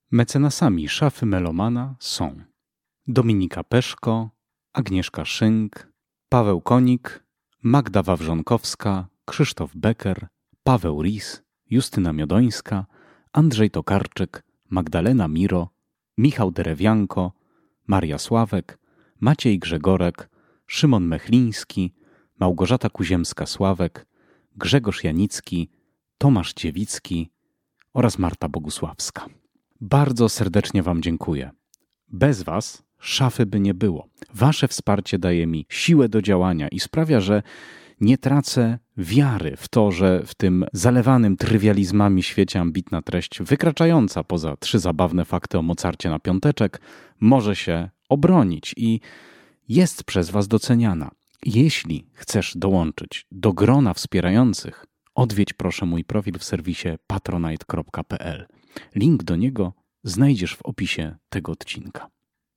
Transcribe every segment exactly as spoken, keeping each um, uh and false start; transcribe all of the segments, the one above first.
Mecenasami Szafy Melomana są Dominika Peszko, Agnieszka Szynk, Paweł Konik, Magda Wawrzonkowska, Krzysztof Becker, Paweł Ris, Justyna Miodońska, Andrzej Tokarczyk, Magdalena Miro, Michał Derewianko, Maria Sławek, Maciej Grzegorek, Szymon Mechliński, Małgorzata Kuziemska-Sławek, Grzegorz Janicki, Tomasz Dziewicki oraz Marta Bogusławska. Bardzo serdecznie Wam dziękuję. Bez Was szafy by nie było. Wasze wsparcie daje mi siłę do działania i sprawia, że nie tracę wiary w to, że w tym zalewanym trywializmami świecie ambitna treść, wykraczająca poza trzy zabawne fakty o Mozarcie na piąteczek, może się obronić i jest przez Was doceniana. Jeśli chcesz dołączyć do grona wspierających, odwiedź proszę mój profil w serwisie patronite kropka p l. Link do niego znajdziesz w opisie tego odcinka.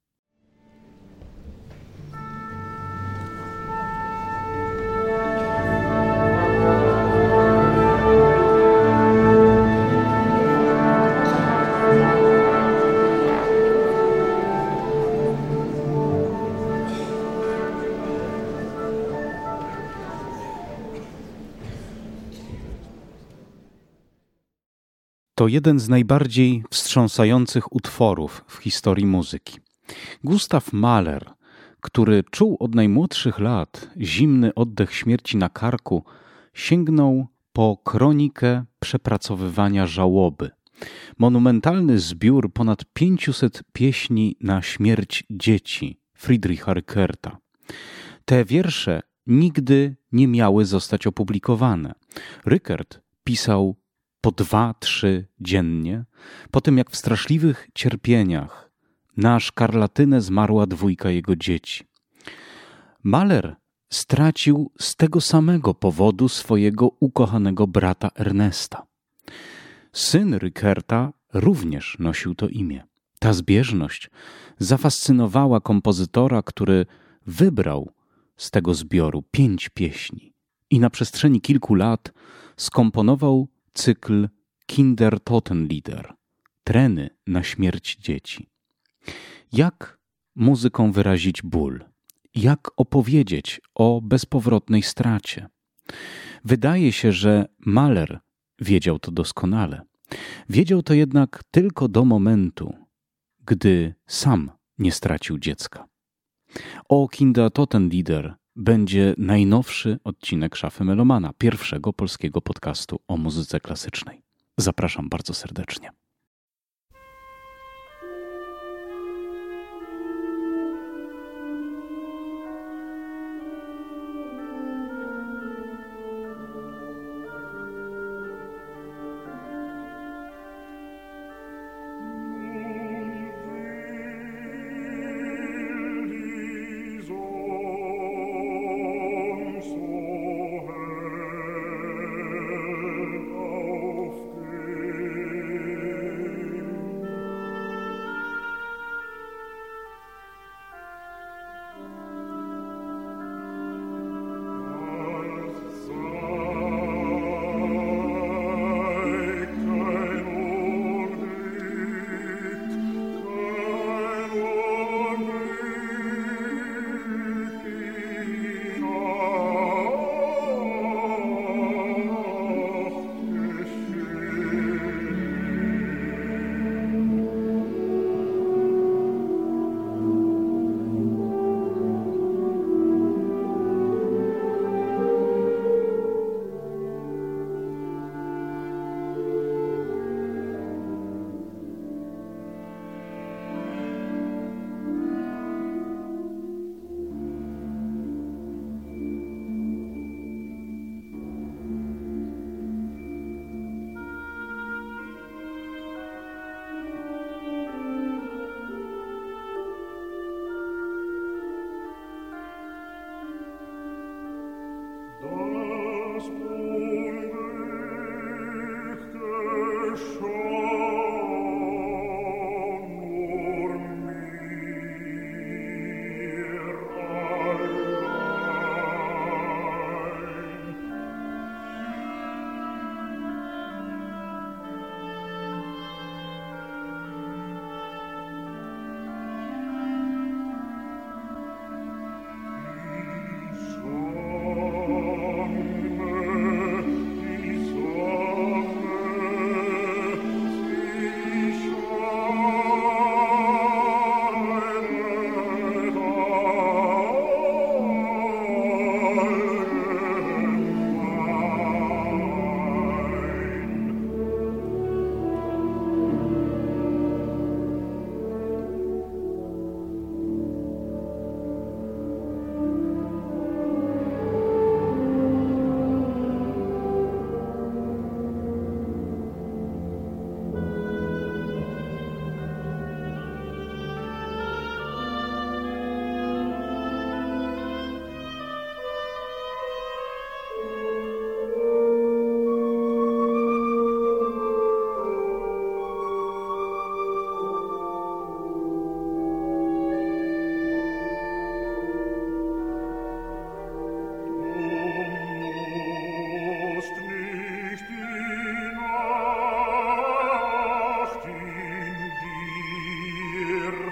To jeden z najbardziej wstrząsających utworów w historii muzyki. Gustav Mahler, który czuł od najmłodszych lat zimny oddech śmierci na karku, sięgnął po kronikę przepracowywania żałoby. Monumentalny zbiór ponad pięciuset pieśni na śmierć dzieci Friedricha Rickerta. Te wiersze nigdy nie miały zostać opublikowane. Rickert pisał po dwa, trzy dziennie, po tym jak w straszliwych cierpieniach na szkarlatynę zmarła dwójka jego dzieci. Mahler stracił z tego samego powodu swojego ukochanego brata Ernesta. Syn Rickerta również nosił to imię. Ta zbieżność zafascynowała kompozytora, który wybrał z tego zbioru pięć pieśni i na przestrzeni kilku lat skomponował cykl Kindertotenlieder, treny na śmierć dzieci. Jak muzyką wyrazić ból? Jak opowiedzieć o bezpowrotnej stracie? Wydaje się, że Mahler wiedział to doskonale. Wiedział to jednak tylko do momentu, gdy sam nie stracił dziecka. O Kindertotenlieder będzie najnowszy odcinek Szafy Melomana, pierwszego polskiego podcastu o muzyce klasycznej. Zapraszam bardzo serdecznie. Auf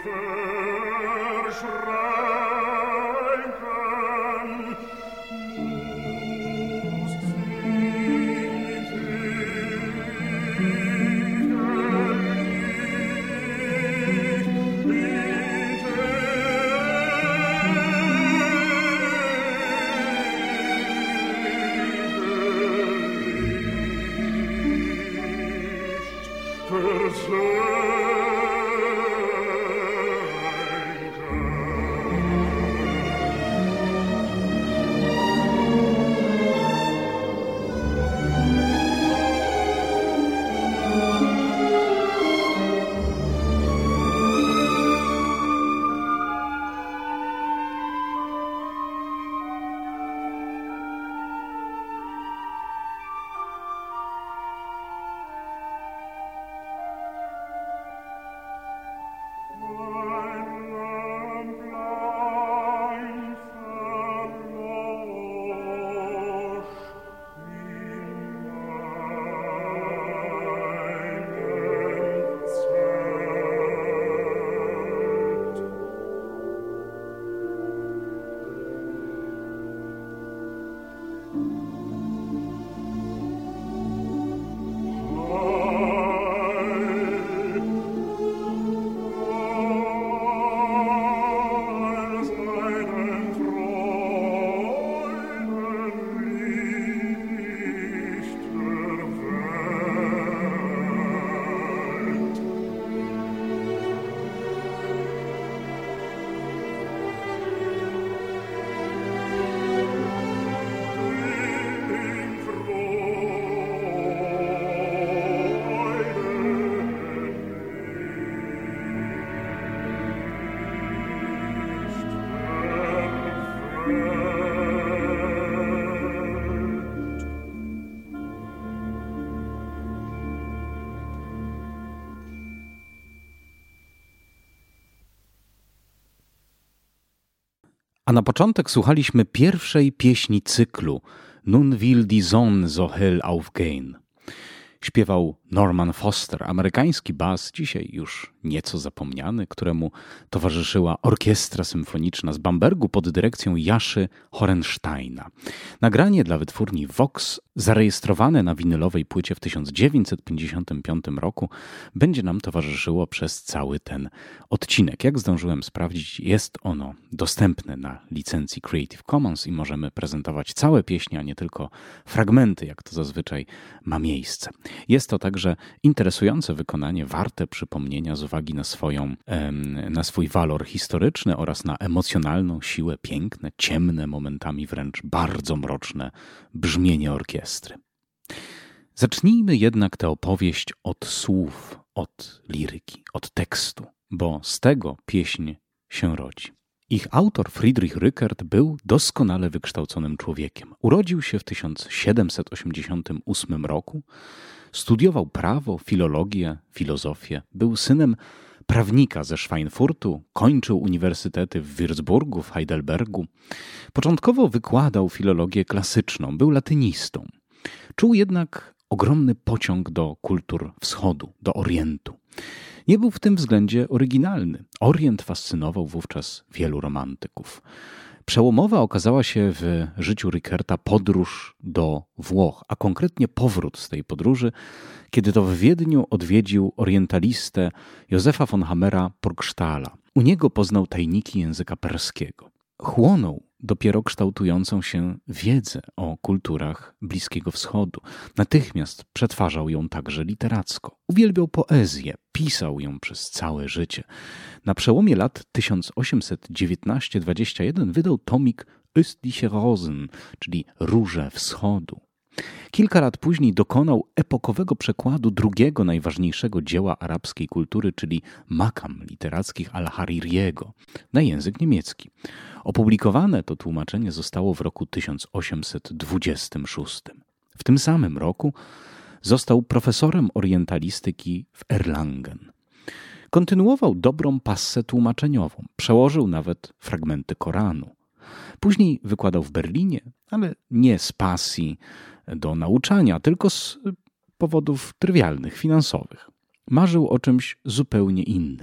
A na początek słuchaliśmy pierwszej pieśni cyklu Nun will die Sonne so hell aufgehen. Śpiewał Norman Foster, amerykański bas, dzisiaj już nieco zapomniany, któremu towarzyszyła orkiestra symfoniczna z Bambergu pod dyrekcją Jaszy Horensteina. Nagranie dla wytwórni Vox, zarejestrowane na winylowej płycie w tysiąc dziewięćset pięćdziesiątym piątym roku, będzie nam towarzyszyło przez cały ten odcinek. Jak zdążyłem sprawdzić, jest ono dostępne na licencji Creative Commons i możemy prezentować całe pieśnie, a nie tylko fragmenty, jak to zazwyczaj ma miejsce. Jest to także interesujące wykonanie, warte przypomnienia z uwagi na, swoją, na swój walor historyczny oraz na emocjonalną siłę, piękne, ciemne, momentami wręcz bardzo mroczne brzmienie orkiestry. Zacznijmy jednak tę opowieść od słów, od liryki, od tekstu, bo z tego pieśń się rodzi. Ich autor Friedrich Rückert był doskonale wykształconym człowiekiem. Urodził się w tysiąc siedemset osiemdziesiątym ósmym roku, studiował prawo, filologię, filozofię, był synem prawnika ze Schweinfurtu, kończył uniwersytety w Würzburgu, w Heidelbergu. Początkowo wykładał filologię klasyczną, był latynistą. Czuł jednak ogromny pociąg do kultur wschodu, do Orientu. Nie był w tym względzie oryginalny. Orient fascynował wówczas wielu romantyków. Przełomowa okazała się w życiu Rickerta podróż do Włoch, a konkretnie powrót z tej podróży, kiedy to w Wiedniu odwiedził orientalistę Józefa von Hammera Purgstalla. U niego poznał tajniki języka perskiego. Chłonął dopiero kształtującą się wiedzę o kulturach Bliskiego Wschodu. Natychmiast przetwarzał ją także literacko. Uwielbiał poezję, pisał ją przez całe życie. Na przełomie lat tysiąc osiemset dziewiętnaście dwadzieścia jeden wydał tomik Östliche Rosen, czyli Róże Wschodu. Kilka lat później dokonał epokowego przekładu drugiego najważniejszego dzieła arabskiej kultury, czyli Makam literackich al-Haririego, na język niemiecki. Opublikowane to tłumaczenie zostało w roku tysiąc osiemset dwudziestym szóstym. W tym samym roku został profesorem orientalistyki w Erlangen. Kontynuował dobrą passę tłumaczeniową, przełożył nawet fragmenty Koranu. Później wykładał w Berlinie, ale nie z pasji do nauczania, tylko z powodów trywialnych, finansowych. Marzył o czymś zupełnie innym.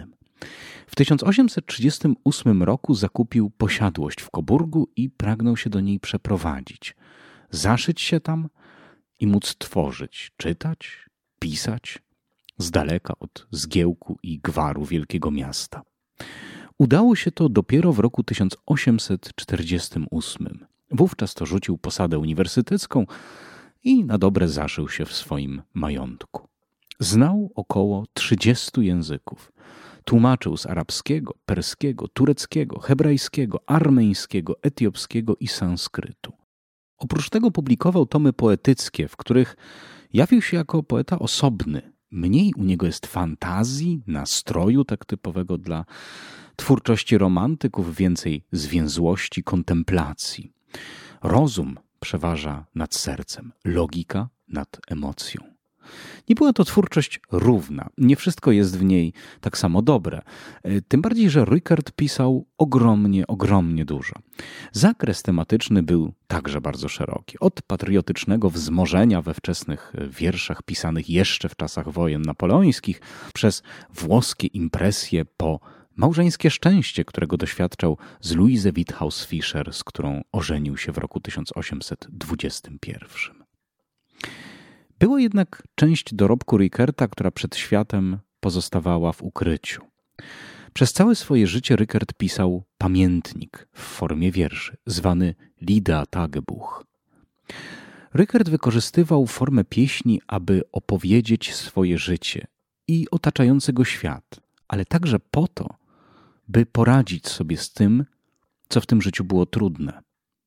W tysiąc osiemset trzydziestym ósmym roku zakupił posiadłość w Coburgu i pragnął się do niej przeprowadzić, zaszyć się tam i móc tworzyć, czytać, pisać z daleka od zgiełku i gwaru wielkiego miasta. Udało się to dopiero w roku tysiąc osiemset czterdziestym ósmym. Wówczas to rzucił posadę uniwersytecką i na dobre zaszył się w swoim majątku. Znał około trzydziestu języków. Tłumaczył z arabskiego, perskiego, tureckiego, hebrajskiego, armeńskiego, etiopskiego i sanskrytu. Oprócz tego publikował tomy poetyckie, w których jawił się jako poeta osobny. Mniej u niego jest fantazji, nastroju tak typowego dla twórczości romantyków, więcej zwięzłości, kontemplacji. Rozum przeważa nad sercem, logika nad emocją. Nie była to twórczość równa. Nie wszystko jest w niej tak samo dobre. Tym bardziej, że Rückert pisał ogromnie, ogromnie dużo. Zakres tematyczny był także bardzo szeroki. Od patriotycznego wzmożenia we wczesnych wierszach pisanych jeszcze w czasach wojen napoleońskich, przez włoskie impresje po małżeńskie szczęście, którego doświadczał z Luizę Witthaus-Fischer, z którą ożenił się w roku tysiąc osiemset dwudziestym pierwszym. Była jednak część dorobku Rückerta, która przed światem pozostawała w ukryciu. Przez całe swoje życie Rückert pisał pamiętnik w formie wierszy, zwany Liedertagebuch. Rückert wykorzystywał formę pieśni, aby opowiedzieć swoje życie i otaczający go świat, ale także po to, by poradzić sobie z tym, co w tym życiu było trudne.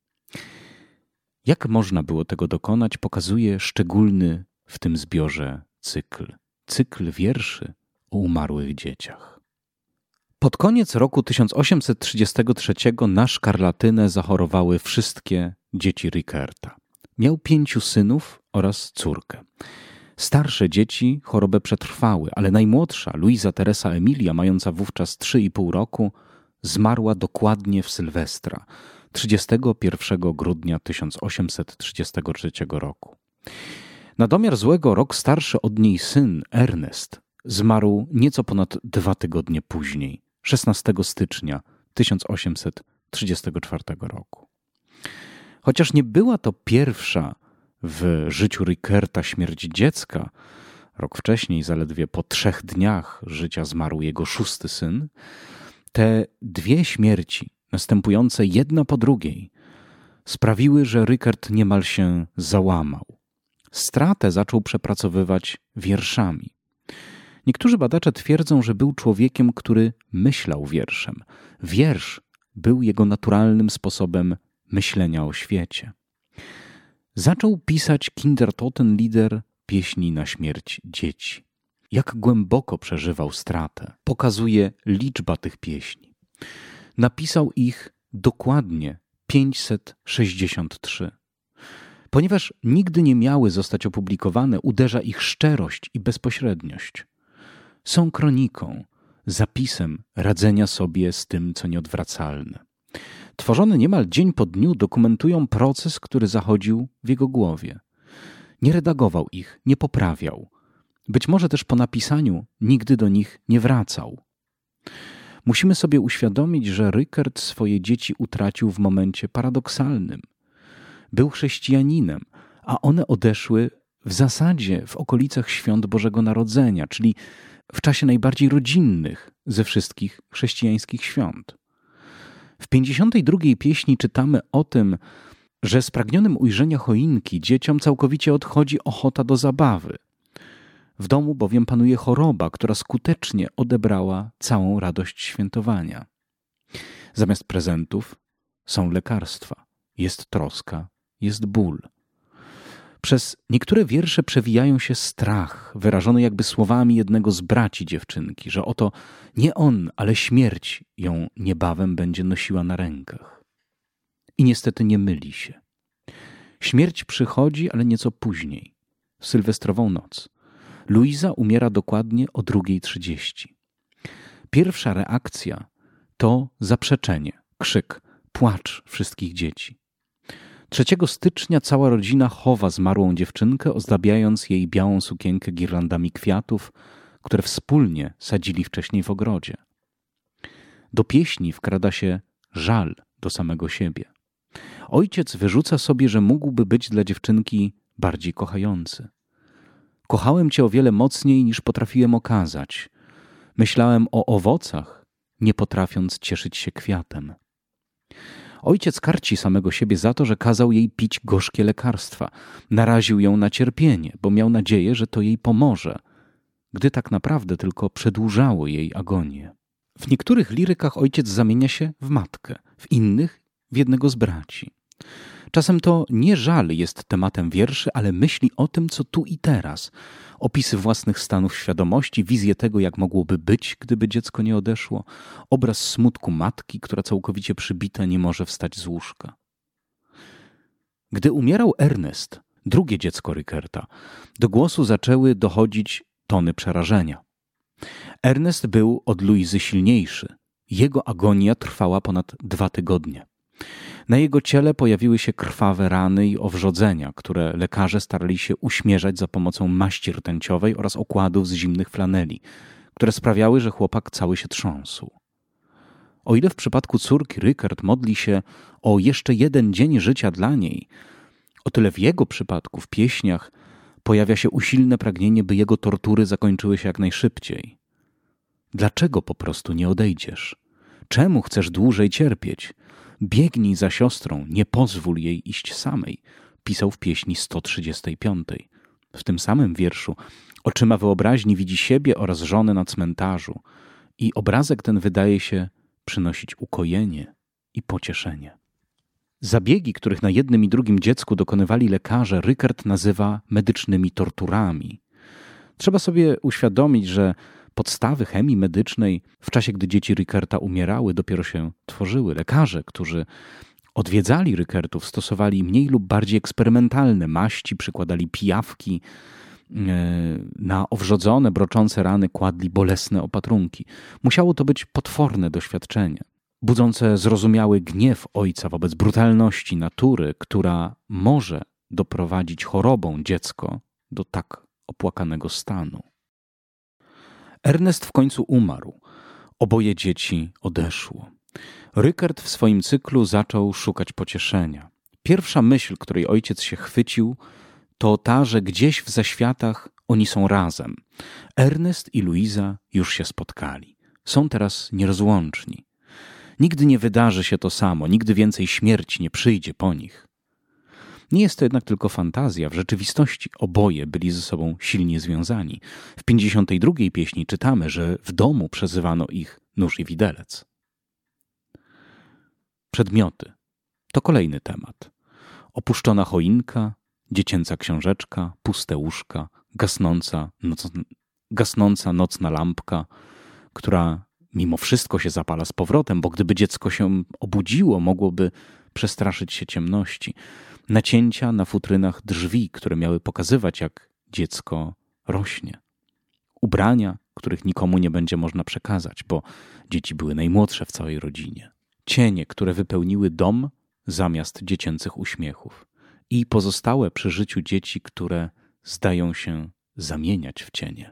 Jak można było tego dokonać, pokazuje szczególny w tym zbiorze cykl. Cykl wierszy o umarłych dzieciach. Pod koniec roku tysiąc osiemset trzydziestego trzeciego na szkarlatynę zachorowały wszystkie dzieci Rückerta. Miał pięciu synów oraz córkę. Starsze dzieci chorobę przetrwały, ale najmłodsza, Luiza Teresa Emilia, mająca wówczas trzy i pół roku, zmarła dokładnie w Sylwestra, trzydziestego pierwszego grudnia tysiąc osiemset trzydziestego trzeciego roku. Na domiar złego rok starszy od niej syn, Ernest, zmarł nieco ponad dwa tygodnie później, szesnastego stycznia tysiąc osiemset trzydziestego czwartego roku. Chociaż nie była to pierwsza w życiu Rückerta śmierć dziecka, rok wcześniej, zaledwie po trzech dniach życia, zmarł jego szósty syn, te dwie śmierci, następujące jedna po drugiej, sprawiły, że Rückert niemal się załamał. Stratę zaczął przepracowywać wierszami. Niektórzy badacze twierdzą, że był człowiekiem, który myślał wierszem. Wiersz był jego naturalnym sposobem myślenia o świecie. Zaczął pisać Kindertotenlieder, pieśni na śmierć dzieci. Jak głęboko przeżywał stratę, pokazuje liczba tych pieśni. Napisał ich dokładnie pięćset sześćdziesiąt trzy. Ponieważ nigdy nie miały zostać opublikowane, uderza ich szczerość i bezpośredniość. Są kroniką, zapisem radzenia sobie z tym, co nieodwracalne. Tworzone niemal dzień po dniu dokumentują proces, który zachodził w jego głowie. Nie redagował ich, nie poprawiał. Być może też po napisaniu nigdy do nich nie wracał. Musimy sobie uświadomić, że Rückert swoje dzieci utracił w momencie paradoksalnym. Był chrześcijaninem, a one odeszły w zasadzie w okolicach świąt Bożego Narodzenia, czyli w czasie najbardziej rodzinnych ze wszystkich chrześcijańskich świąt. W pięćdziesiątej drugiej pieśni czytamy o tym, że spragnionym ujrzenia choinki dzieciom całkowicie odchodzi ochota do zabawy. W domu bowiem panuje choroba, która skutecznie odebrała całą radość świętowania. Zamiast prezentów są lekarstwa, jest troska, jest ból. Przez niektóre wiersze przewijają się strach, wyrażony jakby słowami jednego z braci dziewczynki, że oto nie on, ale śmierć ją niebawem będzie nosiła na rękach. I niestety nie myli się. Śmierć przychodzi, ale nieco później, w sylwestrową noc. Luiza umiera dokładnie o drugiej trzydzieści. Pierwsza reakcja to zaprzeczenie, krzyk, płacz wszystkich dzieci. trzeciego stycznia cała rodzina chowa zmarłą dziewczynkę, ozdabiając jej białą sukienkę girlandami kwiatów, które wspólnie sadzili wcześniej w ogrodzie. Do pieśni wkrada się żal do samego siebie. Ojciec wyrzuca sobie, że mógłby być dla dziewczynki bardziej kochający. Kochałem cię o wiele mocniej, niż potrafiłem okazać. Myślałem o owocach, nie potrafiąc cieszyć się kwiatem. Ojciec karci samego siebie za to, że kazał jej pić gorzkie lekarstwa. Naraził ją na cierpienie, bo miał nadzieję, że to jej pomoże, gdy tak naprawdę tylko przedłużało jej agonię. W niektórych lirykach ojciec zamienia się w matkę, w innych w jednego z braci. Czasem to nie żal jest tematem wierszy, ale myśli o tym, co tu i teraz. Opisy własnych stanów świadomości, wizje tego, jak mogłoby być, gdyby dziecko nie odeszło. Obraz smutku matki, która całkowicie przybita nie może wstać z łóżka. Gdy umierał Ernest, drugie dziecko Rykerta, do głosu zaczęły dochodzić tony przerażenia. Ernest był od Luizy silniejszy. Jego agonia trwała ponad dwa tygodnie. Na jego ciele pojawiły się krwawe rany i owrzodzenia, które lekarze starali się uśmierzać za pomocą maści rtęciowej oraz okładów z zimnych flaneli, które sprawiały, że chłopak cały się trząsł. O ile w przypadku córki Rykert modli się o jeszcze jeden dzień życia dla niej, o tyle w jego przypadku w pieśniach pojawia się usilne pragnienie, by jego tortury zakończyły się jak najszybciej. Dlaczego po prostu nie odejdziesz? Czemu chcesz dłużej cierpieć? Biegnij za siostrą, nie pozwól jej iść samej, pisał w pieśni sto trzydziestej piątej. W tym samym wierszu oczyma wyobraźni widzi siebie oraz żonę na cmentarzu i obrazek ten wydaje się przynosić ukojenie i pocieszenie. Zabiegi, których na jednym i drugim dziecku dokonywali lekarze, Rykert nazywa medycznymi torturami. Trzeba sobie uświadomić, że podstawy chemii medycznej w czasie, gdy dzieci Rykerta umierały, dopiero się tworzyły. Lekarze, którzy odwiedzali Rykertów, stosowali mniej lub bardziej eksperymentalne maści, przykładali pijawki, na owrzodzone, broczące rany kładli bolesne opatrunki. Musiało to być potworne doświadczenie, budzące zrozumiały gniew ojca wobec brutalności natury, która może doprowadzić chorobą dziecko do tak opłakanego stanu. Ernest w końcu umarł. Oboje dzieci odeszło. Rykert w swoim cyklu zaczął szukać pocieszenia. Pierwsza myśl, której ojciec się chwycił, to ta, że gdzieś w zaświatach oni są razem. Ernest i Luiza już się spotkali. Są teraz nierozłączni. Nigdy nie wydarzy się to samo, nigdy więcej śmierć nie przyjdzie po nich. Nie jest to jednak tylko fantazja. W rzeczywistości oboje byli ze sobą silnie związani. W pięćdziesiątej drugiej pieśni czytamy, że w domu przezywano ich nóż i widelec. Przedmioty. To kolejny temat. Opuszczona choinka, dziecięca książeczka, puste łóżka, gasnąca, noc, gasnąca nocna lampka, która mimo wszystko się zapala z powrotem, bo gdyby dziecko się obudziło, mogłoby przestraszyć się ciemności. Nacięcia na futrynach drzwi, które miały pokazywać, jak dziecko rośnie. Ubrania, których nikomu nie będzie można przekazać, bo dzieci były najmłodsze w całej rodzinie. Cienie, które wypełniły dom zamiast dziecięcych uśmiechów. I pozostałe przy życiu dzieci, które zdają się zamieniać w cienie.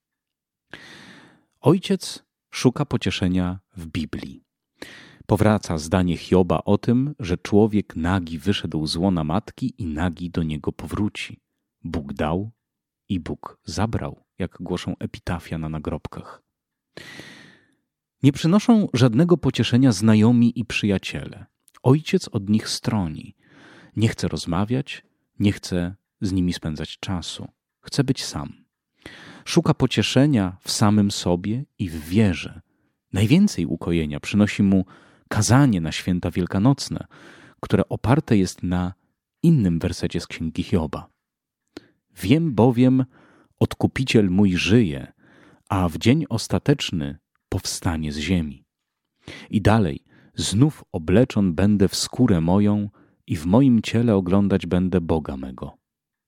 Ojciec szuka pocieszenia w Biblii. Powraca zdanie Hioba o tym, że człowiek nagi wyszedł z łona matki i nagi do niego powróci. Bóg dał i Bóg zabrał, jak głoszą epitafia na nagrobkach. Nie przynoszą żadnego pocieszenia znajomi i przyjaciele. Ojciec od nich stroni. Nie chce rozmawiać, nie chce z nimi spędzać czasu. Chce być sam. Szuka pocieszenia w samym sobie i w wierze. Najwięcej ukojenia przynosi mu kazanie na święta wielkanocne, które oparte jest na innym wersecie z Księgi Hioba. Wiem bowiem, Odkupiciel mój żyje, a w dzień ostateczny powstanie z ziemi. I dalej, znów obleczon będę w skórę moją i w moim ciele oglądać będę Boga mego.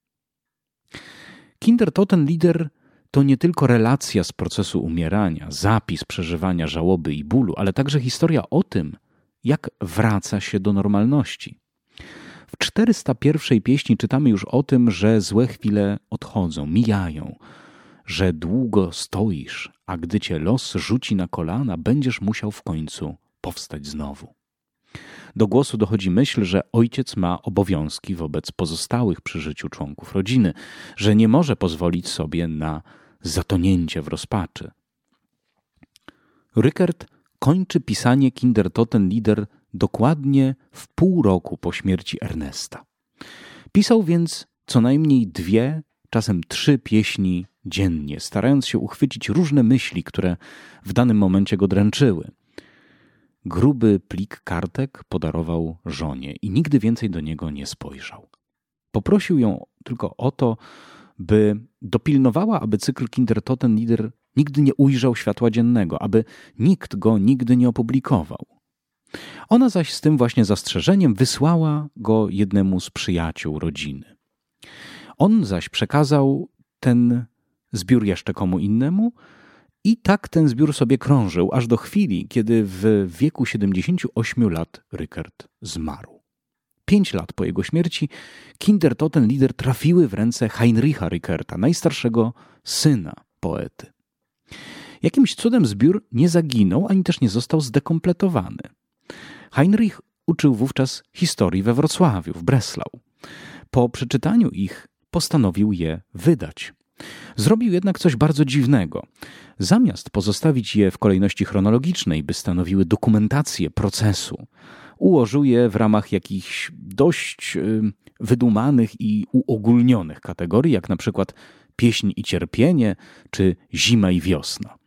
Kindertotenlieder to nie tylko relacja z procesu umierania, zapis przeżywania żałoby i bólu, ale także historia o tym, jak wraca się do normalności. W czterysta pierwszej pieśni czytamy już o tym, że złe chwile odchodzą, mijają, że długo stoisz, a gdy cię los rzuci na kolana, będziesz musiał w końcu powstać znowu. Do głosu dochodzi myśl, że ojciec ma obowiązki wobec pozostałych przy życiu członków rodziny, że nie może pozwolić sobie na zatonięcie w rozpaczy. Rückert kończy pisanie Kindertotenlieder dokładnie w pół roku po śmierci Ernesta. Pisał więc co najmniej dwie, czasem trzy pieśni dziennie, starając się uchwycić różne myśli, które w danym momencie go dręczyły. Gruby plik kartek podarował żonie i nigdy więcej do niego nie spojrzał. Poprosił ją tylko o to, by dopilnowała, aby cykl Kindertotenlieder nigdy nie ujrzał światła dziennego, aby nikt go nigdy nie opublikował. Ona zaś z tym właśnie zastrzeżeniem wysłała go jednemu z przyjaciół rodziny. On zaś przekazał ten zbiór jeszcze komu innemu i tak ten zbiór sobie krążył, aż do chwili, kiedy w wieku siedemdziesięciu ośmiu lat Rückert zmarł. Pięć lat po jego śmierci Kindertotenlieder trafiły w ręce Heinricha Rückerta, najstarszego syna poety. Jakimś cudem zbiór nie zaginął, ani też nie został zdekompletowany. Heinrich uczył wówczas historii we Wrocławiu, w Breslau. Po przeczytaniu ich postanowił je wydać. Zrobił jednak coś bardzo dziwnego. Zamiast pozostawić je w kolejności chronologicznej, by stanowiły dokumentację procesu, ułożył je w ramach jakichś dość wydumanych i uogólnionych kategorii, jak na przykład pieśń i cierpienie, czy zima i wiosna.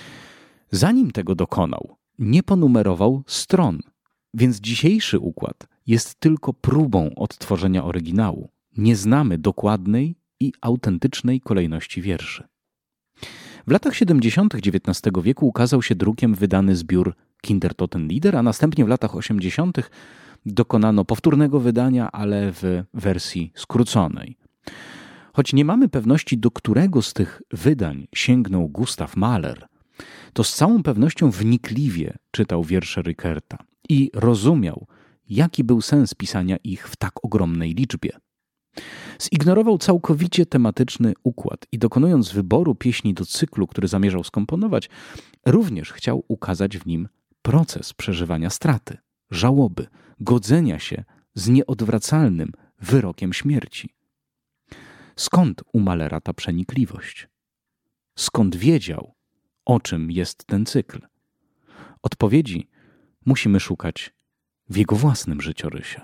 Zanim tego dokonał, nie ponumerował stron, więc dzisiejszy układ jest tylko próbą odtworzenia oryginału. Nie znamy dokładnej i autentycznej kolejności wierszy. W latach siedemdziesiątych dziewiętnastego wieku ukazał się drukiem wydany zbiór Kindertotenlieder, a następnie w latach osiemdziesiątych dokonano powtórnego wydania, ale w wersji skróconej. Choć nie mamy pewności, do którego z tych wydań sięgnął Gustav Mahler, to z całą pewnością wnikliwie czytał wiersze Rückerta i rozumiał, jaki był sens pisania ich w tak ogromnej liczbie. Zignorował całkowicie tematyczny układ i dokonując wyboru pieśni do cyklu, który zamierzał skomponować, również chciał ukazać w nim proces przeżywania straty, żałoby, godzenia się z nieodwracalnym wyrokiem śmierci. Skąd u Mahlera ta przenikliwość? Skąd wiedział, o czym jest ten cykl? Odpowiedzi musimy szukać w jego własnym życiorysie.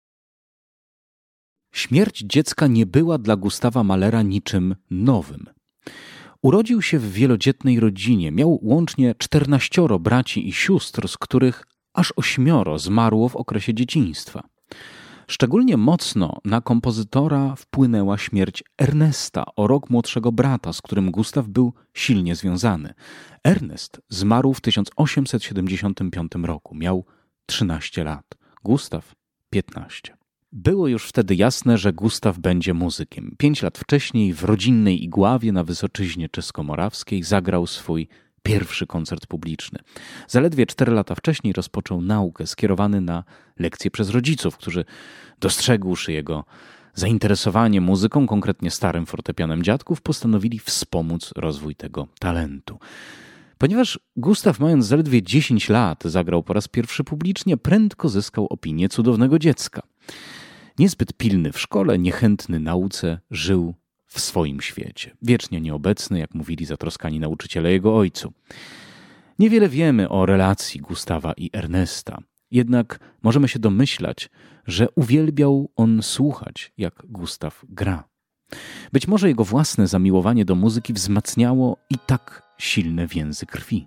Śmierć dziecka nie była dla Gustawa Mahlera niczym nowym. Urodził się w wielodzietnej rodzinie, miał łącznie czternaścioro braci i sióstr, z których aż ośmioro zmarło w okresie dzieciństwa. Szczególnie mocno na kompozytora wpłynęła śmierć Ernesta, o rok młodszego brata, z którym Gustaw był silnie związany. Ernest zmarł w tysiąc osiemset siedemdziesiątym piątym roku. Miał trzynaście lat. Gustaw piętnaście. Było już wtedy jasne, że Gustaw będzie muzykiem. Pięć lat wcześniej w rodzinnej Igławie na Wysoczyźnie Czesko-Morawskiej zagrał swój pierwszy koncert publiczny. Zaledwie cztery lata wcześniej rozpoczął naukę skierowany na lekcje przez rodziców, którzy dostrzegłszy jego zainteresowanie muzyką, konkretnie starym fortepianem dziadków, postanowili wspomóc rozwój tego talentu. Ponieważ Gustaw, mając zaledwie dziesięć lat, zagrał po raz pierwszy publicznie, prędko zyskał opinię cudownego dziecka. Niezbyt pilny w szkole, niechętny nauce, żył w swoim świecie. Wiecznie nieobecny, jak mówili zatroskani nauczyciele jego ojcu. Niewiele wiemy o relacji Gustawa i Ernesta. Jednak możemy się domyślać, że uwielbiał on słuchać, jak Gustaw gra. Być może jego własne zamiłowanie do muzyki wzmacniało i tak silne więzy krwi.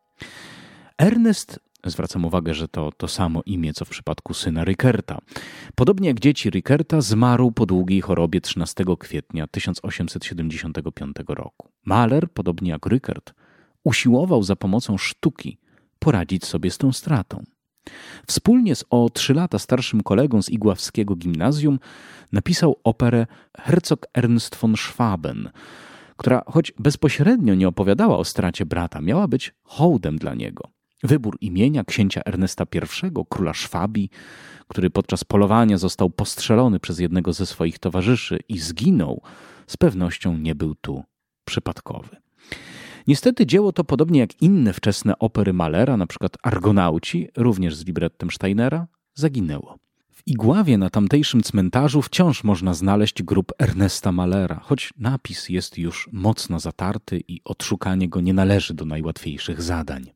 Ernest, zwracam uwagę, że to to samo imię, co w przypadku syna Rückerta. Podobnie jak dzieci Rückerta, zmarł po długiej chorobie trzynastego kwietnia tysiąc osiemset siedemdziesiątego piątego roku. Mahler, podobnie jak Rückert, usiłował za pomocą sztuki poradzić sobie z tą stratą. Wspólnie z o trzy lata starszym kolegą z igławskiego gimnazjum napisał operę Herzog Ernst von Schwaben, która choć bezpośrednio nie opowiadała o stracie brata, miała być hołdem dla niego. Wybór imienia księcia Ernesta pierwszego, króla Szwabii, który podczas polowania został postrzelony przez jednego ze swoich towarzyszy i zginął, z pewnością nie był tu przypadkowy. Niestety dzieło to, podobnie jak inne wczesne opery Mahlera, np. Argonauci, również z librettem Steinera, zaginęło. W Igławie na tamtejszym cmentarzu wciąż można znaleźć grób Ernesta Mahlera, choć napis jest już mocno zatarty i odszukanie go nie należy do najłatwiejszych zadań.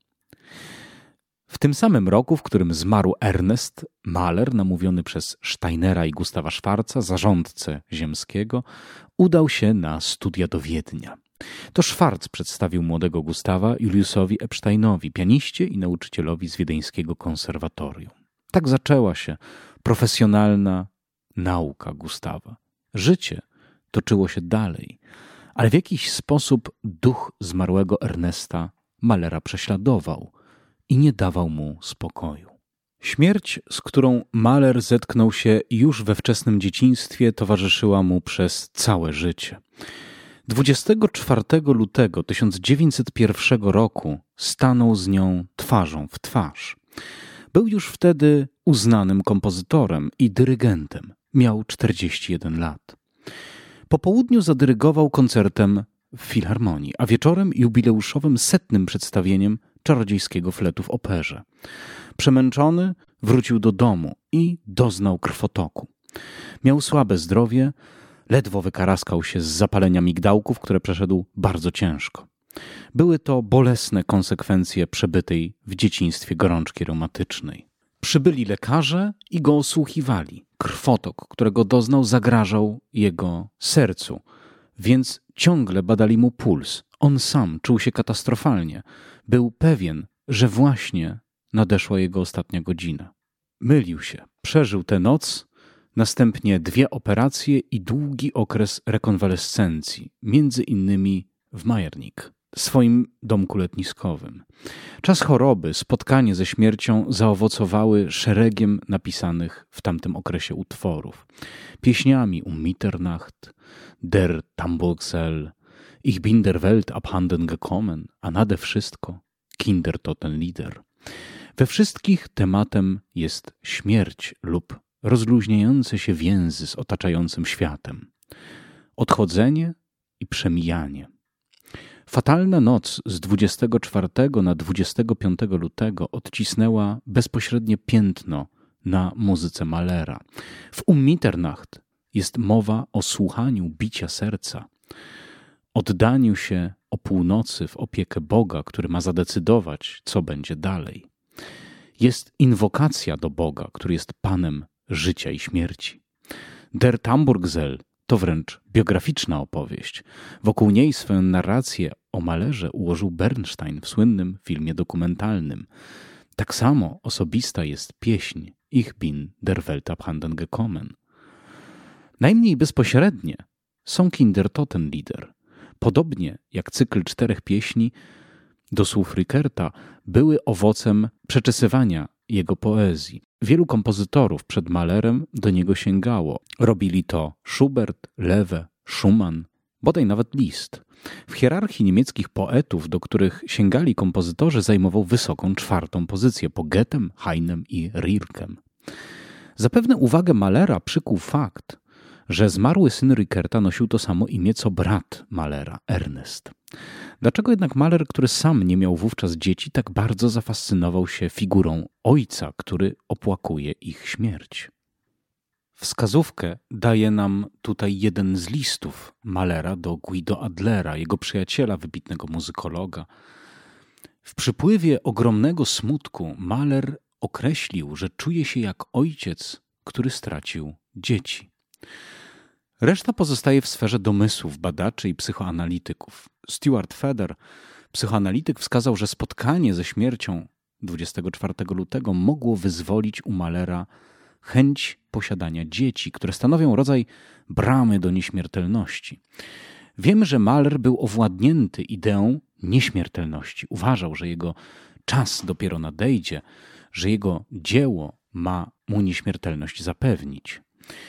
W tym samym roku, w którym zmarł Ernest, Mahler, namówiony przez Steinera i Gustawa Schwarza, zarządcę ziemskiego, udał się na studia do Wiednia. To Schwarz przedstawił młodego Gustawa Juliusowi Epsteinowi, pianiście i nauczycielowi z wiedeńskiego konserwatorium. Tak zaczęła się profesjonalna nauka Gustawa. Życie toczyło się dalej, ale w jakiś sposób duch zmarłego Ernesta Mahlera prześladował i nie dawał mu spokoju. Śmierć, z którą Mahler zetknął się już we wczesnym dzieciństwie, towarzyszyła mu przez całe życie. dwudziestego czwartego lutego tysiąc dziewięćset pierwszego roku stanął z nią twarzą w twarz. Był już wtedy uznanym kompozytorem i dyrygentem. Miał czterdzieści jeden lat. Po południu zadyrygował koncertem w Filharmonii, a wieczorem jubileuszowym setnym przedstawieniem czarodziejskiego fletu w operze. Przemęczony wrócił do domu i doznał krwotoku. Miał słabe zdrowie, ledwo wykaraskał się z zapalenia migdałków, które przeszedł bardzo ciężko. Były to bolesne konsekwencje przebytej w dzieciństwie gorączki reumatycznej. Przybyli lekarze i go osłuchiwali. Krwotok, którego doznał, zagrażał jego sercu, więc ciągle badali mu puls. On sam czuł się katastrofalnie. Był pewien, że właśnie nadeszła jego ostatnia godzina. Mylił się. Przeżył tę noc, następnie dwie operacje i długi okres rekonwalescencji, między innymi w Majernik, swoim domku letniskowym. Czas choroby, spotkanie ze śmiercią zaowocowały szeregiem napisanych w tamtym okresie utworów. Pieśniami um Mitternacht, Der Tambourgsel, Ich bin der Welt abhanden gekommen, a nade wszystko Kindertotenlieder. We wszystkich tematem jest śmierć lub rozluźniające się więzy z otaczającym światem. Odchodzenie i przemijanie. Fatalna noc z dwudziestego czwartego na dwudziestego piątego lutego odcisnęła bezpośrednie piętno na muzyce Mahlera. W Um Mitternacht jest mowa o słuchaniu bicia serca, oddaniu się o północy w opiekę Boga, który ma zadecydować, co będzie dalej. Jest inwokacja do Boga, który jest Panem życia i śmierci. Der Tambourgsel to wręcz biograficzna opowieść. Wokół niej swoją narrację o Mahlerze ułożył Bernstein w słynnym filmie dokumentalnym. Tak samo osobista jest pieśń Ich bin der Welt abhanden gekommen. Najmniej bezpośrednie są Kindertotenlieder. Podobnie jak cykl czterech pieśni do słów Rickerta były owocem przeczesywania jego poezji. Wielu kompozytorów przed Mahlerem do niego sięgało. Robili to Schubert, Lewe, Schumann, bodaj nawet Liszt. W hierarchii niemieckich poetów, do których sięgali kompozytorzy, zajmował wysoką czwartą pozycję po Goethem, Heinem i Rilkem. Zapewne uwagę Mahlera przykuł fakt, że zmarły syn Rickerta nosił to samo imię co brat Mahlera, Ernest. Dlaczego jednak Mahler, który sam nie miał wówczas dzieci, tak bardzo zafascynował się figurą ojca, który opłakuje ich śmierć? Wskazówkę daje nam tutaj jeden z listów Mahlera do Guido Adlera, jego przyjaciela, wybitnego muzykologa. W przypływie ogromnego smutku Mahler określił, że czuje się jak ojciec, który stracił dzieci. Reszta pozostaje w sferze domysłów badaczy i psychoanalityków. Stuart Feder, psychoanalityk, wskazał, że spotkanie ze śmiercią dwudziestego czwartego lutego mogło wyzwolić u Mahlera chęć posiadania dzieci, które stanowią rodzaj bramy do nieśmiertelności. Wiemy, że Mahler był owładnięty ideą nieśmiertelności. Uważał, że jego czas dopiero nadejdzie, że jego dzieło ma mu nieśmiertelność zapewnić.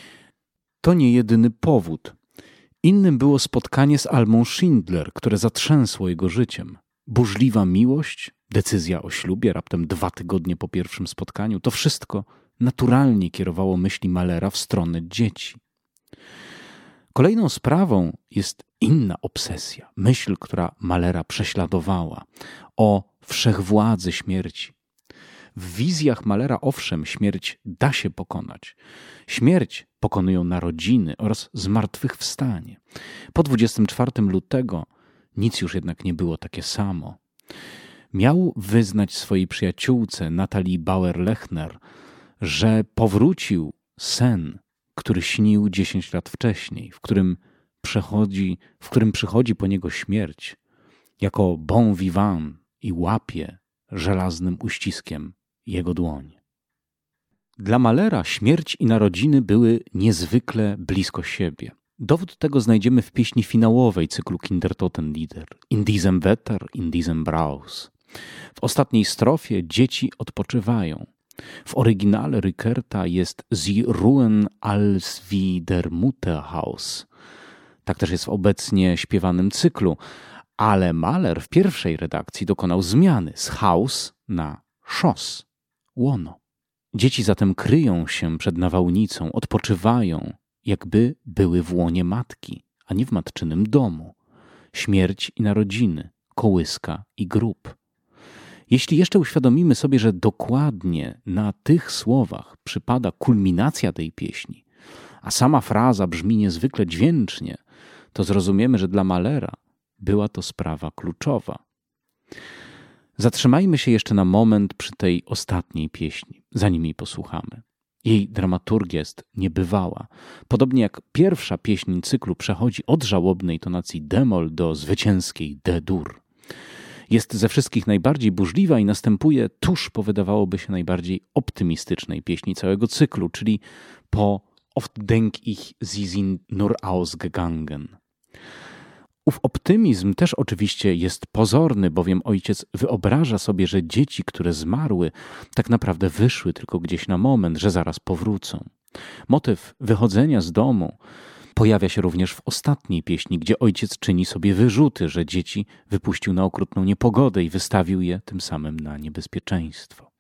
To nie jedyny powód. Innym było spotkanie z Almą Schindler, które zatrzęsło jego życiem. Burzliwa miłość, decyzja o ślubie raptem dwa tygodnie po pierwszym spotkaniu, to wszystko naturalnie kierowało myśli Mahlera w stronę dzieci. Kolejną sprawą jest inna obsesja, myśl, która Mahlera prześladowała, o wszechwładzy śmierci. W wizjach Mahlera owszem, śmierć da się pokonać. Śmierć pokonują narodziny oraz zmartwychwstanie. Po dwudziestego czwartego lutego nic już jednak nie było takie samo. Miał wyznać swojej przyjaciółce Natalii Bauer-Lechner, że powrócił sen, który śnił dziesięć lat wcześniej, w którym przechodzi, w którym przychodzi po niego śmierć, jako bon vivant i łapie żelaznym uściskiem jego dłoń. Dla Mahlera śmierć i narodziny były niezwykle blisko siebie. Dowód tego znajdziemy w pieśni finałowej cyklu Kindertotenlieder In diesem Wetter, in diesem Braus. W ostatniej strofie dzieci odpoczywają. W oryginale Rückerta jest Sie ruhen als wie der Mutterhaus. Tak też jest w obecnie śpiewanym cyklu, ale Mahler w pierwszej redakcji dokonał zmiany z Haus na Schoss, łono. Dzieci zatem kryją się przed nawałnicą, odpoczywają, jakby były w łonie matki, a nie w matczynym domu. Śmierć i narodziny, kołyska i grób. Jeśli jeszcze uświadomimy sobie, że dokładnie na tych słowach przypada kulminacja tej pieśni, a sama fraza brzmi niezwykle dźwięcznie, to zrozumiemy, że dla Mahlera była to sprawa kluczowa. Zatrzymajmy się jeszcze na moment przy tej ostatniej pieśni, zanim jej posłuchamy. Jej dramaturgia jest niebywała. Podobnie jak pierwsza pieśń cyklu przechodzi od żałobnej tonacji d-moll do zwycięskiej d-dur. Jest ze wszystkich najbardziej burzliwa i następuje tuż po, wydawałoby się, najbardziej optymistycznej pieśni całego cyklu, czyli po Oft denk ich, sie sind nur ausgegangen. Ów optymizm też oczywiście jest pozorny, bowiem ojciec wyobraża sobie, że dzieci, które zmarły, tak naprawdę wyszły tylko gdzieś na moment, że zaraz powrócą. Motyw wychodzenia z domu pojawia się również w ostatniej pieśni, gdzie ojciec czyni sobie wyrzuty, że dzieci wypuścił na okrutną niepogodę i wystawił je tym samym na niebezpieczeństwo.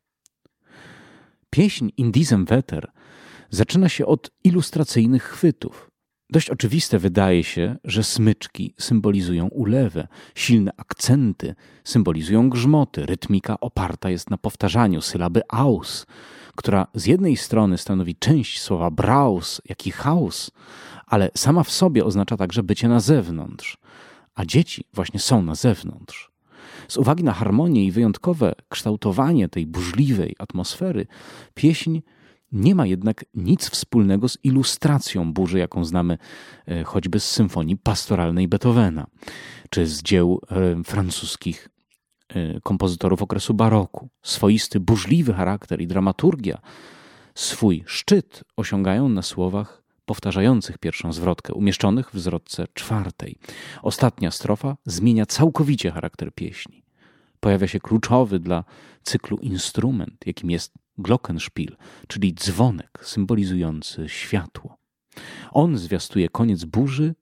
Pieśń In diesem Wetter zaczyna się od ilustracyjnych chwytów. Dość oczywiste wydaje się, że smyczki symbolizują ulewę, silne akcenty symbolizują grzmoty, rytmika oparta jest na powtarzaniu sylaby aus, która z jednej strony stanowi część słowa braus, jak i haus, ale sama w sobie oznacza także bycie na zewnątrz, a dzieci właśnie są na zewnątrz. Z uwagi na harmonię i wyjątkowe kształtowanie tej burzliwej atmosfery, pieśń nie ma jednak nic wspólnego z ilustracją burzy, jaką znamy choćby z symfonii pastoralnej Beethovena, czy z dzieł francuskich kompozytorów okresu baroku. Swoisty, burzliwy charakter i dramaturgia swój szczyt osiągają na słowach powtarzających pierwszą zwrotkę, umieszczonych w zwrotce czwartej. Ostatnia strofa zmienia całkowicie charakter pieśni. Pojawia się kluczowy dla cyklu instrument, jakim jest glockenspiel, czyli dzwonek symbolizujący światło. On zwiastuje koniec burzy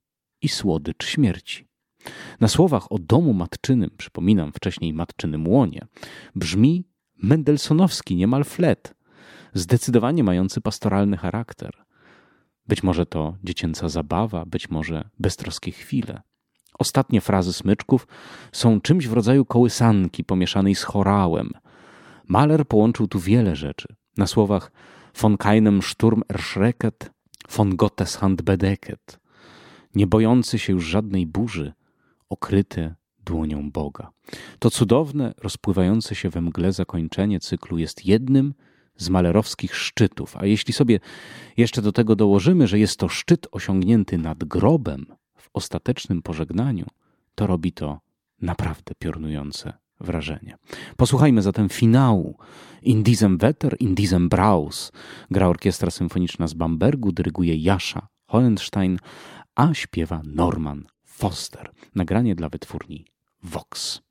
i słodycz śmierci. Na słowach o domu matczynym, przypominam wcześniej matczynym łonie, brzmi mendelssohnowski niemal flet, zdecydowanie mający pastoralny charakter. Być może to dziecięca zabawa, być może beztroskie chwile. Ostatnie frazy smyczków są czymś w rodzaju kołysanki pomieszanej z chorałem. Mahler połączył tu wiele rzeczy. Na słowach von keinem Sturm erschrecket, von Gottes Hand bedecket. Nie bojący się już żadnej burzy, okryte dłonią Boga. To cudowne, rozpływające się we mgle zakończenie cyklu jest jednym z mahlerowskich szczytów. A jeśli sobie jeszcze do tego dołożymy, że jest to szczyt osiągnięty nad grobem w ostatecznym pożegnaniu, to robi to naprawdę piorunujące wrażenie. Posłuchajmy zatem finału. In diesem Wetter, in diesem Braus gra orkiestra symfoniczna z Bambergu, dyryguje Jascha Hohenstein, a śpiewa Norman Foster. Nagranie dla wytwórni Vox.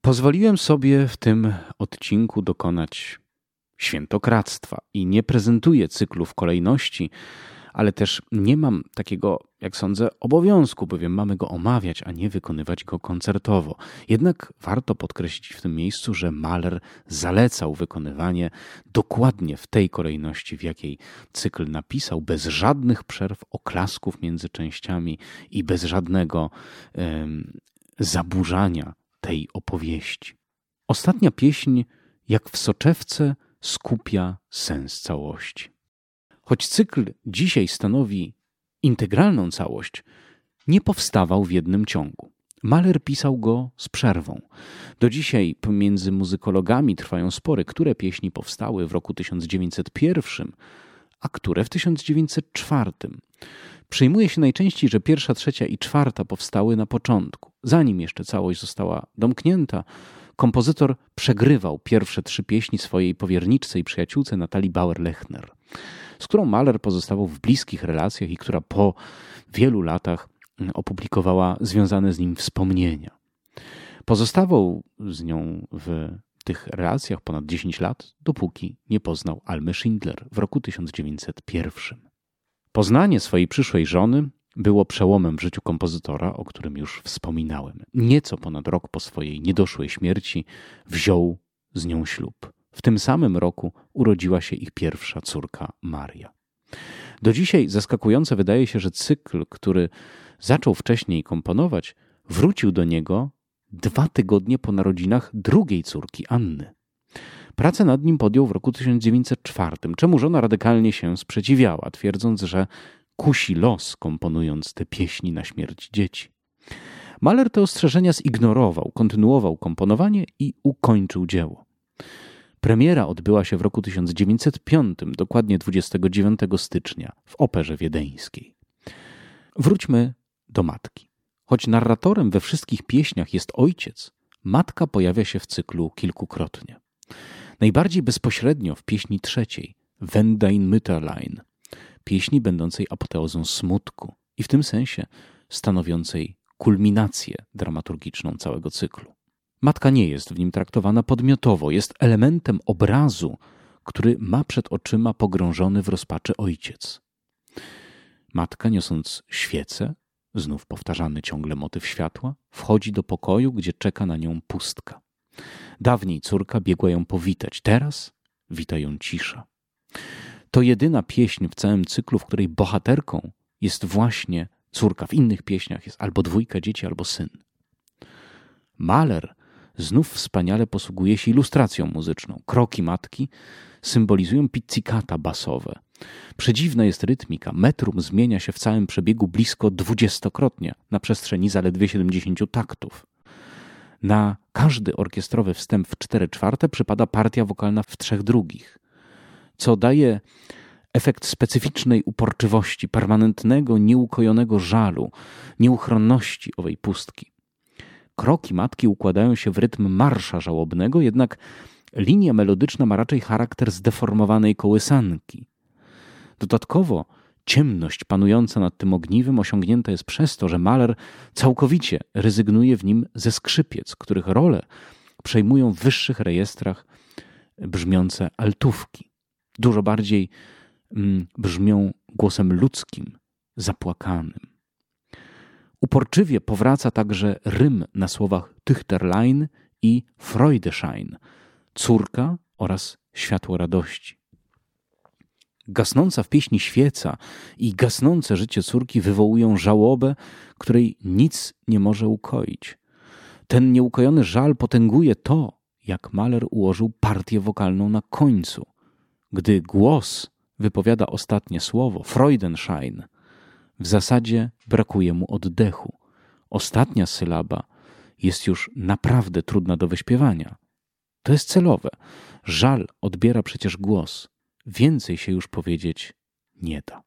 Pozwoliłem sobie w tym odcinku dokonać świętokradztwa i nie prezentuję cyklu w kolejności, ale też nie mam takiego, jak sądzę, obowiązku, bowiem mamy go omawiać, a nie wykonywać go koncertowo. Jednak warto podkreślić w tym miejscu, że Mahler zalecał wykonywanie dokładnie w tej kolejności, w jakiej cykl napisał, bez żadnych przerw, oklasków między częściami i bez żadnego um, zaburzania tej opowieści. Ostatnia pieśń, jak w soczewce, skupia sens całości. Choć cykl dzisiaj stanowi integralną całość, nie powstawał w jednym ciągu. Mahler pisał go z przerwą. Do dzisiaj pomiędzy muzykologami trwają spory, które pieśni powstały w roku tysiąc dziewięćset jeden, a które w tysiąc dziewięćset cztery. Przyjmuje się najczęściej, że pierwsza, trzecia i czwarta powstały na początku. Zanim jeszcze całość została domknięta, kompozytor przegrywał pierwsze trzy pieśni swojej powierniczce i przyjaciółce Natalii Bauer-Lechner, z którą Mahler pozostawał w bliskich relacjach i która po wielu latach opublikowała związane z nim wspomnienia. Pozostawał z nią w tych relacjach ponad dziesięć lat, dopóki nie poznał Almy Schindler w roku tysiąc dziewięćset jeden. Poznanie swojej przyszłej żony było przełomem w życiu kompozytora, o którym już wspominałem. Nieco ponad rok po swojej niedoszłej śmierci wziął z nią ślub. W tym samym roku urodziła się ich pierwsza córka Maria. Do dzisiaj zaskakujące wydaje się, że cykl, który zaczął wcześniej komponować, wrócił do niego dwa tygodnie po narodzinach drugiej córki Anny. Pracę nad nim podjął w roku tysiąc dziewięćset cztery, czemu żona radykalnie się sprzeciwiała, twierdząc, że kusi los, komponując te pieśni na śmierć dzieci. Mahler te ostrzeżenia zignorował, kontynuował komponowanie i ukończył dzieło. Premiera odbyła się w roku tysiąc dziewięćset pięć, dokładnie dwudziestego dziewiątego stycznia, w Operze Wiedeńskiej. Wróćmy do matki. Choć narratorem we wszystkich pieśniach jest ojciec, matka pojawia się w cyklu kilkukrotnie. Najbardziej bezpośrednio w pieśni trzeciej, Wenn dein Mütterlein, pieśni będącej apoteozą smutku i w tym sensie stanowiącej kulminację dramaturgiczną całego cyklu. Matka nie jest w nim traktowana podmiotowo, jest elementem obrazu, który ma przed oczyma pogrążony w rozpaczy ojciec. Matka, niosąc świecę, znów powtarzany ciągle motyw światła, wchodzi do pokoju, gdzie czeka na nią pustka. Dawniej córka biegła ją powitać, teraz wita ją cisza. To jedyna pieśń w całym cyklu, w której bohaterką jest właśnie córka. W innych pieśniach jest albo dwójka dzieci, albo syn. Mahler znów wspaniale posługuje się ilustracją muzyczną. Kroki matki symbolizują pizzicata basowe. Przedziwna jest rytmika. Metrum zmienia się w całym przebiegu blisko dwudziestokrotnie na przestrzeni zaledwie siedemdziesięciu taktów. Na każdy orkiestrowy wstęp w cztery czwarte przypada partia wokalna w trzech drugich, co daje efekt specyficznej uporczywości, permanentnego, nieukojonego żalu, nieuchronności owej pustki. Kroki matki układają się w rytm marsza żałobnego, jednak linia melodyczna ma raczej charakter zdeformowanej kołysanki. Dodatkowo ciemność panująca nad tym ogniwem osiągnięta jest przez to, że Mahler całkowicie rezygnuje w nim ze skrzypiec, których rolę przejmują w wyższych rejestrach brzmiące altówki. Dużo bardziej mm, brzmią głosem ludzkim, zapłakanym. Uporczywie powraca także rym na słowach Tüchterlein i Freudeschein, córka oraz światło radości. Gasnąca w pieśni świeca i gasnące życie córki wywołują żałobę, której nic nie może ukoić. Ten nieukojony żal potęguje to, jak Mahler ułożył partię wokalną na końcu. Gdy głos wypowiada ostatnie słowo, Freudenschein, w zasadzie brakuje mu oddechu. Ostatnia sylaba jest już naprawdę trudna do wyśpiewania. To jest celowe. Żal odbiera przecież głos. Więcej się już powiedzieć nie da.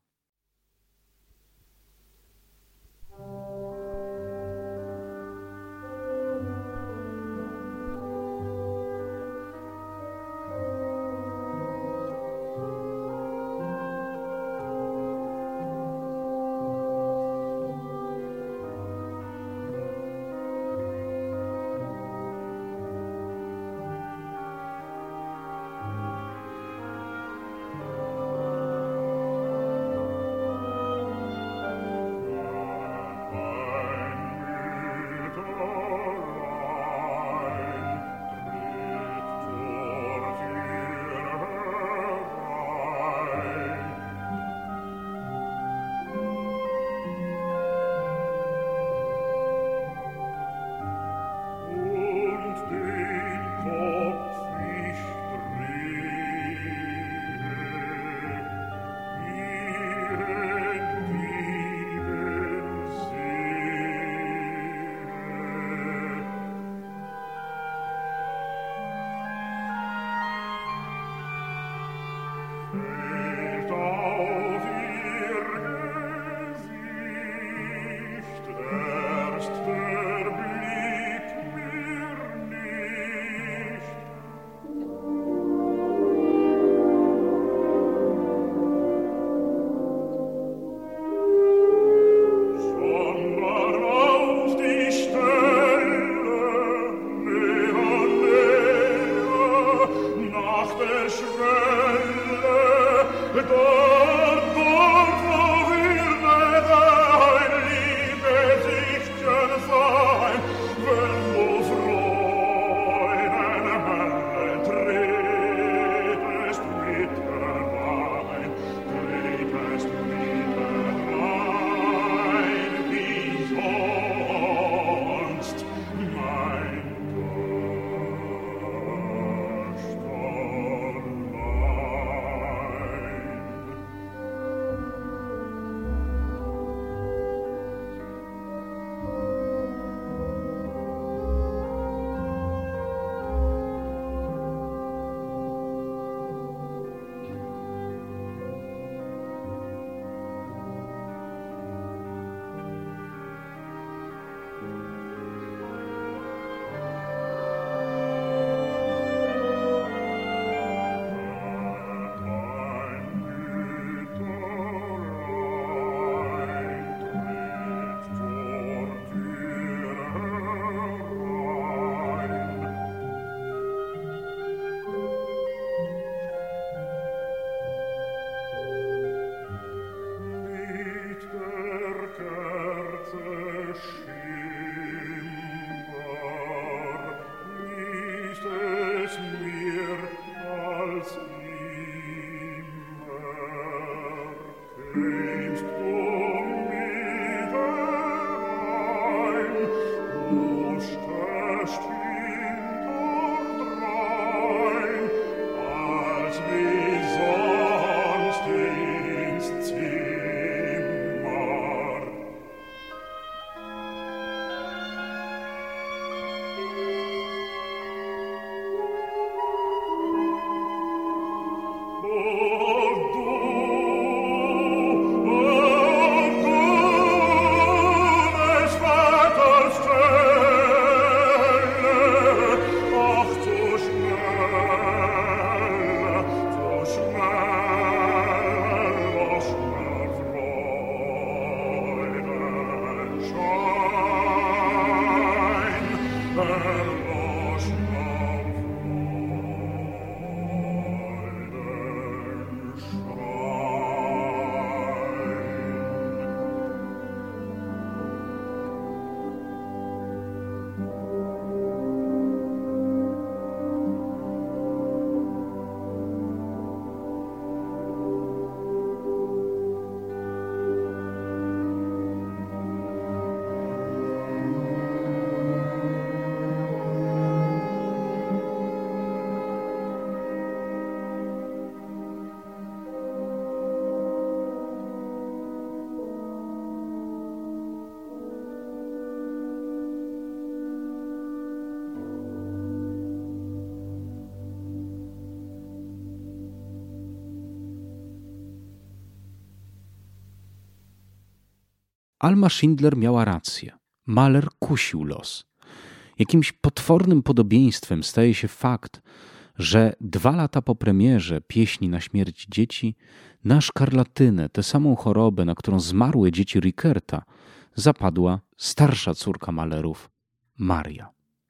Alma Schindler miała rację. Mahler kusił los. Jakimś potwornym podobieństwem staje się fakt, że dwa lata po premierze Pieśni na śmierć dzieci na szkarlatynę, tę samą chorobę, na którą zmarły dzieci Rickerta, zapadła starsza córka Mahlerów, Maria.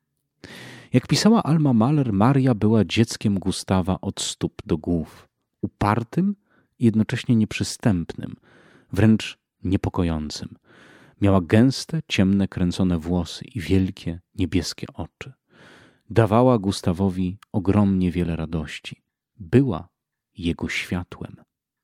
Jak pisała Alma Mahler, Maria była dzieckiem Gustawa od stóp do głów. Upartym i jednocześnie nieprzystępnym, wręcz niepokojącym. Miała gęste, ciemne, kręcone włosy i wielkie, niebieskie oczy. Dawała Gustawowi ogromnie wiele radości. Była jego światłem.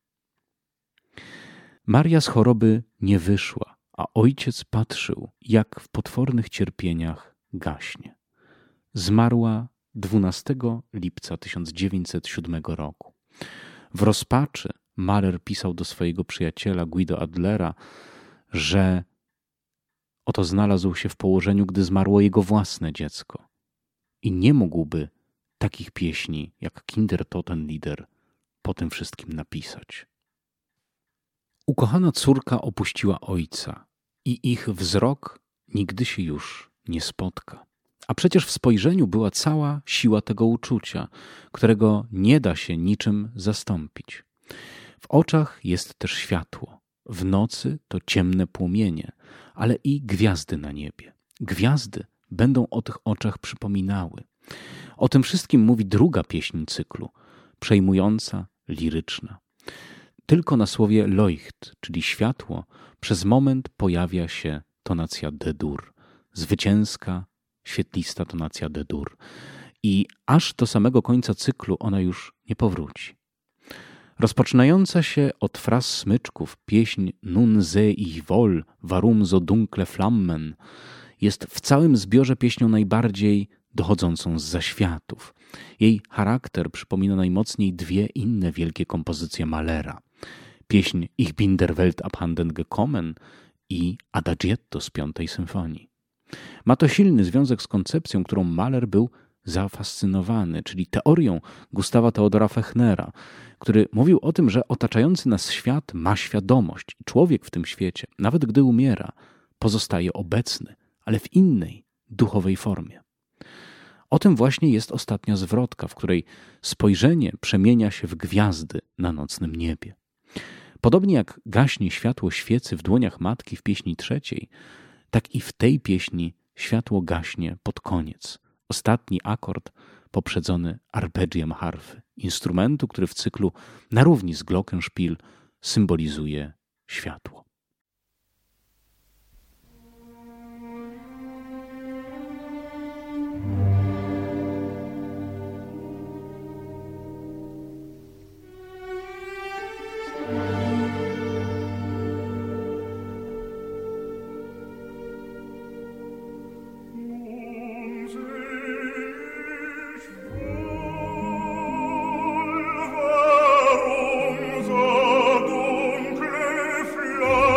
Maria z choroby nie wyszła, a ojciec patrzył, jak w potwornych cierpieniach gaśnie. Zmarła dwunastego lipca tysiąc dziewięćset siódmego roku. W rozpaczy Mahler pisał do swojego przyjaciela Guido Adlera, że oto znalazł się w położeniu, gdy zmarło jego własne dziecko i nie mógłby takich pieśni jak Kindertotenlieder po tym wszystkim napisać. Ukochana córka opuściła ojca i ich wzrok nigdy się już nie spotka. A przecież w spojrzeniu była cała siła tego uczucia, którego nie da się niczym zastąpić. W oczach jest też światło, w nocy to ciemne płomienie, ale i gwiazdy na niebie. Gwiazdy będą o tych oczach przypominały. O tym wszystkim mówi druga pieśń cyklu, przejmująca, liryczna. Tylko na słowie leucht, czyli światło, przez moment pojawia się tonacja D-dur. Zwycięska, świetlista tonacja D-dur. I aż do samego końca cyklu ona już nie powróci. Rozpoczynająca się od fraz smyczków pieśń Nun seh ich wohl, warum so dunkle Flammen jest w całym zbiorze pieśnią najbardziej dochodzącą z zaświatów. Jej charakter przypomina najmocniej dwie inne wielkie kompozycje Mahlera. Pieśń Ich bin der Welt abhanden gekommen i Adagietto z piątej symfonii. Ma to silny związek z koncepcją, którą Mahler był zafascynowany, czyli teorią Gustawa Theodora Fechnera, który mówił o tym, że otaczający nas świat ma świadomość i człowiek w tym świecie, nawet gdy umiera, pozostaje obecny, ale w innej, duchowej formie. O tym właśnie jest ostatnia zwrotka, w której spojrzenie przemienia się w gwiazdy na nocnym niebie. Podobnie jak gaśnie światło świecy w dłoniach matki w pieśni trzeciej, tak i w tej pieśni światło gaśnie pod koniec. Ostatni akord poprzedzony arpeggiem harfy, instrumentu, który w cyklu na równi z glockenspiel symbolizuje światło. Warum so dunkle Flammen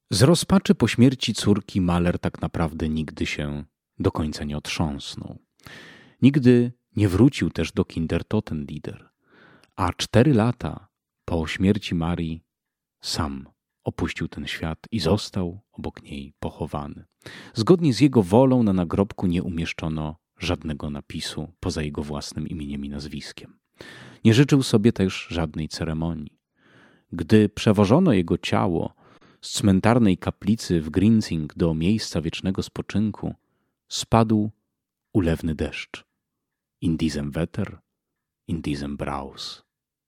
Z rozpaczy po śmierci córki Mahler tak naprawdę nigdy się do końca nie otrząsnął. Nigdy nie wrócił też do Kindertotenlieder, a cztery lata po śmierci Marii sam opuścił ten świat i został obok niej pochowany. Zgodnie z jego wolą na nagrobku nie umieszczono żadnego napisu poza jego własnym imieniem i nazwiskiem. Nie życzył sobie też żadnej ceremonii. Gdy przewożono jego ciało z cmentarnej kaplicy w Grinzing do miejsca wiecznego spoczynku, spadł ulewny deszcz. In diesem Wetter, in diesem Braus.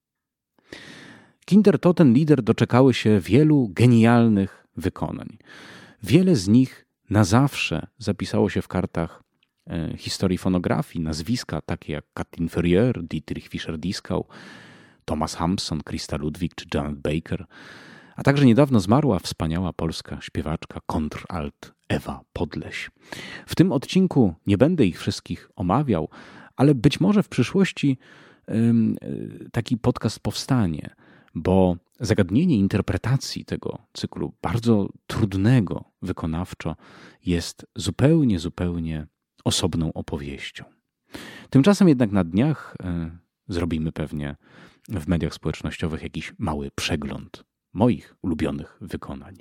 Kindertotenlieder doczekały się wielu genialnych wykonań. Wiele z nich na zawsze zapisało się w kartach e, historii fonografii. Nazwiska takie jak Kathleen Ferrier, Dietrich Fischer-Dieskau, Thomas Hampson, Christa Ludwig czy Janet Baker, a także niedawno zmarła wspaniała polska śpiewaczka kontralt Ewa Podleś. W tym odcinku nie będę ich wszystkich omawiał, ale być może w przyszłości ym, taki podcast powstanie, bo zagadnienie interpretacji tego cyklu, bardzo trudnego wykonawczo, jest zupełnie, zupełnie osobną opowieścią. Tymczasem jednak na dniach y, zrobimy pewnie w mediach społecznościowych jakiś mały przegląd moich ulubionych wykonań.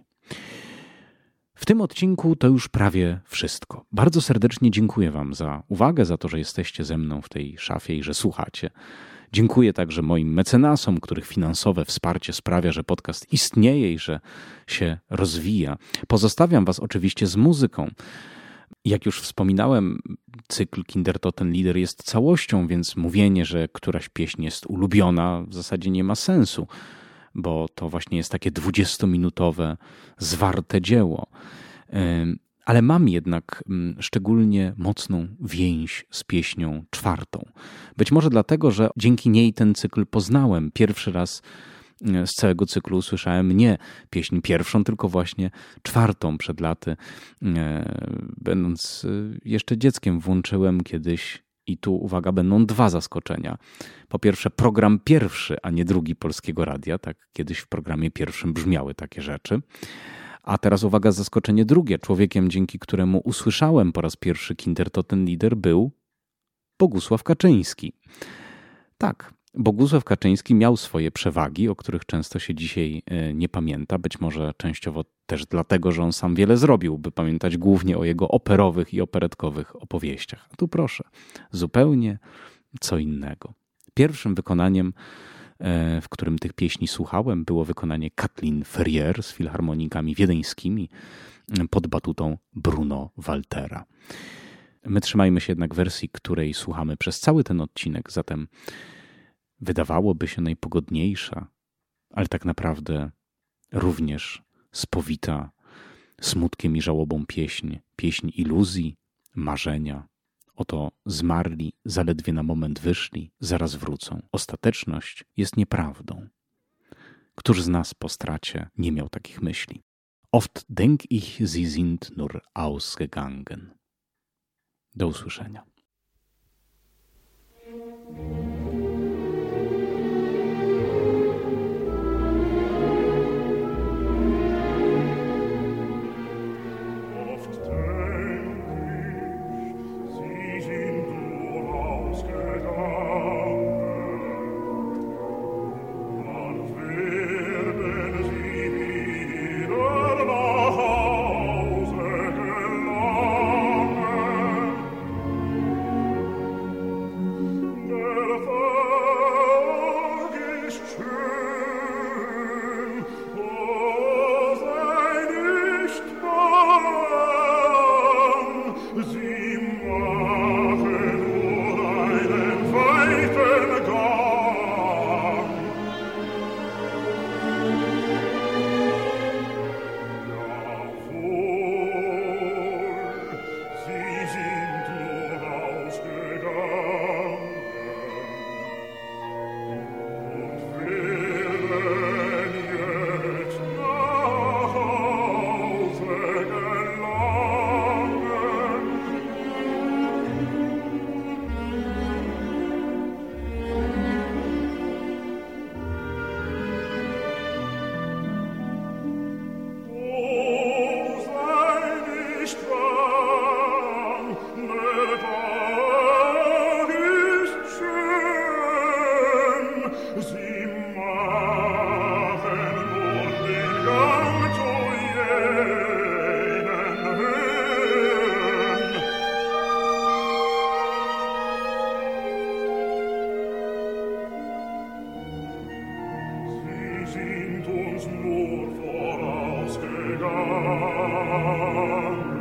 W tym odcinku to już prawie wszystko. Bardzo serdecznie dziękuję Wam za uwagę, za to, że jesteście ze mną w tej szafie i że słuchacie. Dziękuję także moim mecenasom, których finansowe wsparcie sprawia, że podcast istnieje i że się rozwija. Pozostawiam Was oczywiście z muzyką. Jak już wspominałem, cykl Kindertotenlieder jest całością, więc mówienie, że któraś pieśń jest ulubiona, w zasadzie nie ma sensu, bo to właśnie jest takie dwudziestominutowe, zwarte dzieło. Ale mam jednak szczególnie mocną więź z pieśnią czwartą. Być może dlatego, że dzięki niej ten cykl poznałem. Pierwszy raz z całego cyklu usłyszałem nie pieśń pierwszą, tylko właśnie czwartą przed laty. Będąc jeszcze dzieckiem włączyłem kiedyś, i tu uwaga, będą dwa zaskoczenia. Po pierwsze program pierwszy, a nie drugi Polskiego Radia. Tak kiedyś w programie pierwszym brzmiały takie rzeczy. A teraz uwaga, zaskoczenie drugie. Człowiekiem, dzięki któremu usłyszałem po raz pierwszy Kindertotenlieder, był Bogusław Kaczyński. Tak, Bogusław Kaczyński miał swoje przewagi, o których często się dzisiaj nie pamięta. Być może częściowo też dlatego, że on sam wiele zrobił, by pamiętać głównie o jego operowych i operetkowych opowieściach. A tu proszę, zupełnie co innego. Pierwszym wykonaniem, w którym tych pieśni słuchałem, było wykonanie Kathleen Ferrier z filharmonikami wiedeńskimi pod batutą Bruno Waltera. My trzymajmy się jednak wersji, której słuchamy przez cały ten odcinek, zatem wydawałoby się najpogodniejsza, ale tak naprawdę również spowita smutkiem i żałobą pieśń, pieśń iluzji, marzenia. Oto zmarli, zaledwie na moment wyszli, zaraz wrócą. Ostateczność jest nieprawdą. Któż z nas po stracie nie miał takich myśli? Oft denk ich, sie sind nur ausgegangen. Do usłyszenia. Beautiful. sind uns nur vorausgegangen.